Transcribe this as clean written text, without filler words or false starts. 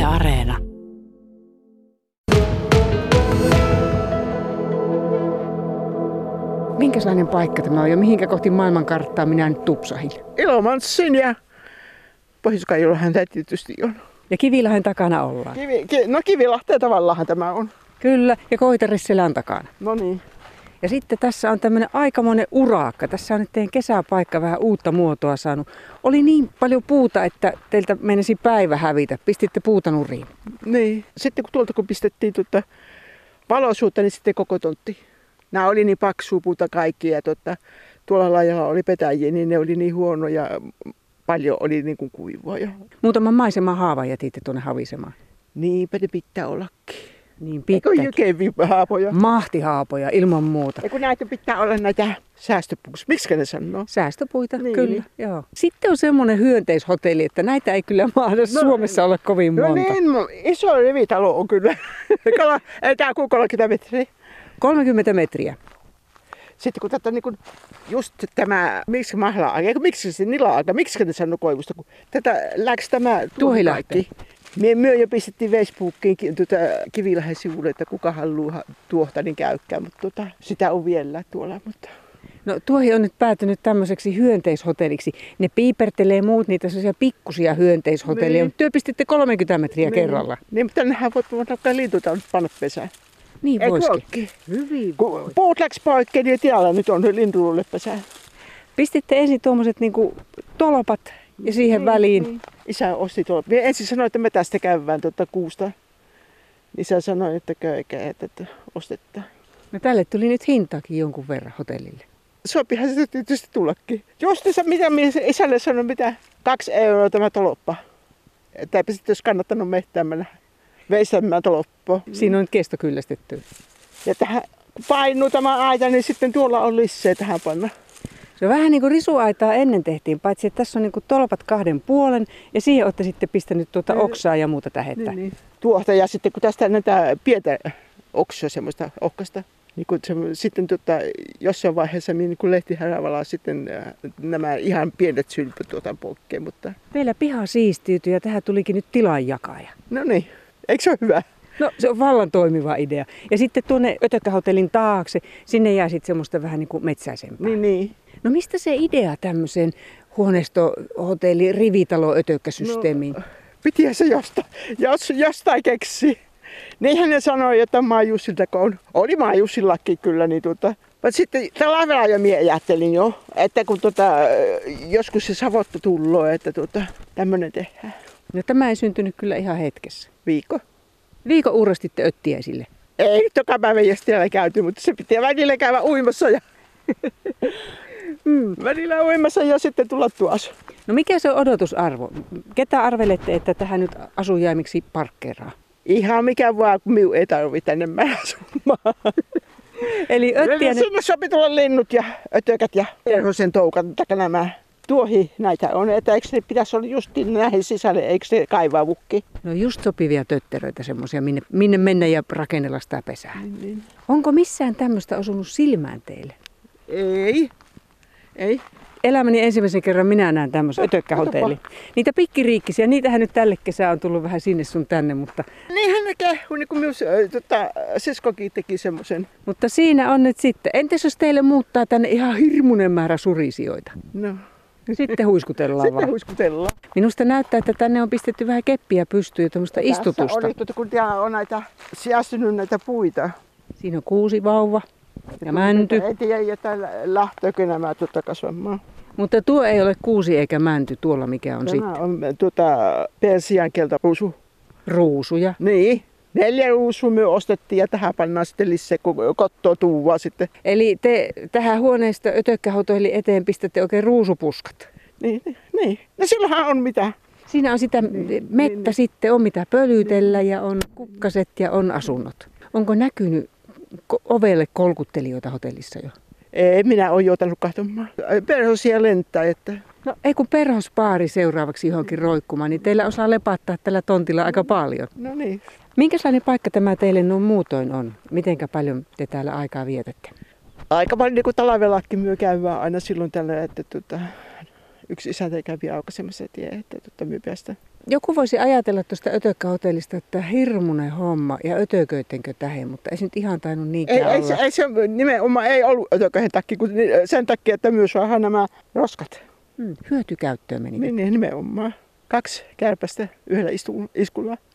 Areena. Minkälainen paikka tämä on ja mihinkä kohti maailmankarttaa minä nyt tupsahin? Ilomantsin ja Pohjois-Karjalahan tämä tietysti on. Ja Kivilahden takana ollaan. Kivilahteen tavallaan tämä on. Kyllä, ja Koitarisselän takana. No niin. Ja sitten tässä on tämmöinen aikamoinen urakka. Tässä on nyt teidän kesäpaikka vähän uutta muotoa saanut. Oli niin paljon puuta, että teiltä meinasi päivä hävitä. Pistitte puuta nurin. Niin. Sitten kun pistettiin valoisuutta, niin sitten koko tontti. Nämä oli niin paksua puuta kaikki ja tuolla laajalla oli petäjiä, niin ne oli niin huonoja. Paljon oli niin kuin kuivua jo. Muutaman maiseman haavan jätitte tuonne havisemaan. Niinpä ne pitää ollakin. Niin pitää. Eikö jykevihaapoja? Mahtihaapoja, ilman muuta. Eikö näitä pitää olla näitä säästöpuuksi? Miksi ne sanoo? Säästöpuita, niin, kyllä. Niin. Joo. Sitten on semmoinen hyönteishotelli, että näitä ei kyllä mahda Suomessa olla kovin monta. No niin, iso rivitalo on kyllä. Tämä kuin 30 metriä. 30 metriä. Sitten kun tätä niin just tämä, miksi se nila-aika, miksi ne sanoo koivusta, kun tätä läks tämä tuohilähti. Me jo pistettiin Facebookiin Kivilahden sivulle, että kuka haluaa tuohta, niin käykää, mutta sitä on vielä tuolla. Mutta. No tuohi on nyt päätynyt tämmöiseksi hyönteishotelliksi. Ne piipertelee muut niitä sellaisia pikkusia hyönteishotelleja, niin. Mutta työ pistitte 30 metriä niin. Kerralla. Niin, mutta tännehän voit vaikka lintuta panna pesään. Niin voisikin. Hyvin. Kun puut läks poikkeen, niin tiellä nyt on lintuille pesää. Pistitte ensin tuommoiset niinku tolpat ja siihen väliin. Niin. Isä osti tolpat. Ensin sanoi, että me tästä käydään kuusta. Isä sanoi, että käykää, että ostetaan. No tälle tuli nyt hintaakin jonkun verran hotellille. Sopihan se tietysti tullakin. Justiinsa mitä isälle sanoi, mitä 2 € tämä toloppa. Että eipä sitten olisi kannattanut mehtään mennä veistämään toloppoa. Siinä on nyt kesto kyllästetty. Ja tähän, kun painuu tämä aita, niin sitten tuolla on lisää tähän panna. Se on vähän niin kuin risuaitaa ennen tehtiin, paitsi että tässä on niin kuin tolpat 2 puolen ja siihen olette sitten pistänyt oksaa ja muuta tähettä. Niin. Tuohta ja sitten kun tästä näitä pientä oksaa, semmoista okkasta, niin kun sitten jossain vaiheessa niin kun lehtihärävalaa sitten nämä ihan pienet sylpyt poikkeen. Mutta. Meillä piha siistiytyi ja tähän tulikin nyt tilanjakaja. No niin, eikö se ole hyvä? No se on vallan toimiva idea. Ja sitten tuonne Ötökkähotellin taakse, sinne jää sitten semmoista vähän niin kuin metsäisempää. Niin. No mistä se idea tämmöiseen huoneistohotelli rivitalo ötökkäsysteemiin? No, pitihän se jostain keksiä. Niinhän ne sanoi, että Maajussilta, kun oli Maajussillakin kyllä, niin mutta sitten talvella jo minä ajattelin jo, että kun joskus se savottu tulee, että tämmöinen tehdään. No tämä ei syntynyt kyllä ihan hetkessä. Viikon uurastitte öttiäisille? Ei nyt joka päivä siellä käyty, mutta se pitää välillä käydä uimassa ja välillä uimassa ja sitten tulla tuossa. No mikä se on odotusarvo? Ketä arvelette, että tähän nyt asujaimiksi parkkeeraa? Ihan mikä vaan, kun minun ei tarvitse enemmän asumaan. Eli sinne sopii tulla linnut ja ötökät ja perhosen toukat, nämä tuohi näitä on. Että eikö ne pitäisi olla justiin näihin sisälle, eikö se kaivaa vukki? No just sopivia tötteröitä semmoisia, minne mennä ja rakennella sitä pesää. Niin. Onko missään tämmöistä osunut silmään teille? Ei. Elämäni ensimmäisen kerran minä näen tämmöisen ötökkähotelli. Niitä pikkiriikkisiä, niitähän nyt tälle kesään on tullut vähän sinne sun tänne, mutta. Niinhän ne kehu, niin kuin minun siskokin teki semmoisen. Mutta siinä on nyt sitten. Entäs jos teille muuttaa tänne ihan hirmuinen määrä surisioita? No. Sitten huiskutellaan vaan. Huiskutellaan. Minusta näyttää, että tänne on pistetty vähän keppiä pystyyn ja tämmöistä istutusta. Tässä oli, kun täällä on näitä sijastunut näitä puita. Siinä on kuusivauva ja mänty. Ei tiedä, että lähtökö nämä kasvamaan. Mutta tuo ei ole kuusi eikä mänty tuolla, mikä on tämä sitten. on persian keltaruusu. Ruusuja. Niin. 4 ruusua me ostettiin ja tähän pannaan sitten lisää, kun kotoa tuuvaa sitten. Eli te tähän huoneesta ötökkähotelli eteen pistätte oikein ruusupuskat. Niin. No silloinhan on mitä. Siinä on sitä mettä sitten, on mitä pölytellä ja on kukkaset ja on asunnot. Onko näkynyt ovelle kolkuttelijoita hotellissa jo? Ei, minä olen joutanut katsomaan. Perhosia lentää, että. No ei kun perhospaari seuraavaksi johonkin roikkumaan, niin teillä osaa lepattaa tällä tontilla aika paljon. No niin. Minkälainen paikka tämä teille muutoin on? Mitenkä paljon te täällä aikaa vietätte? Aika paljon niin kuin talvellakin myö käydään aina silloin tällä, että yksi isäntä kävi aukaisemassa tie, että me päästään. Joku voisi ajatella tuosta Ötökkä-hotellista, että hirmuinen homma ja ötököittenkö tähän, mutta ei se nyt ihan tainnut niinkään olla. Ei se nimenomaan ei ollut ötököiden takia, kun sen takia, että myös saadaan nämä roskat. Hyötykäyttöön meni. Niin, nimenomaan. 2 kärpästä yhdellä iskulla.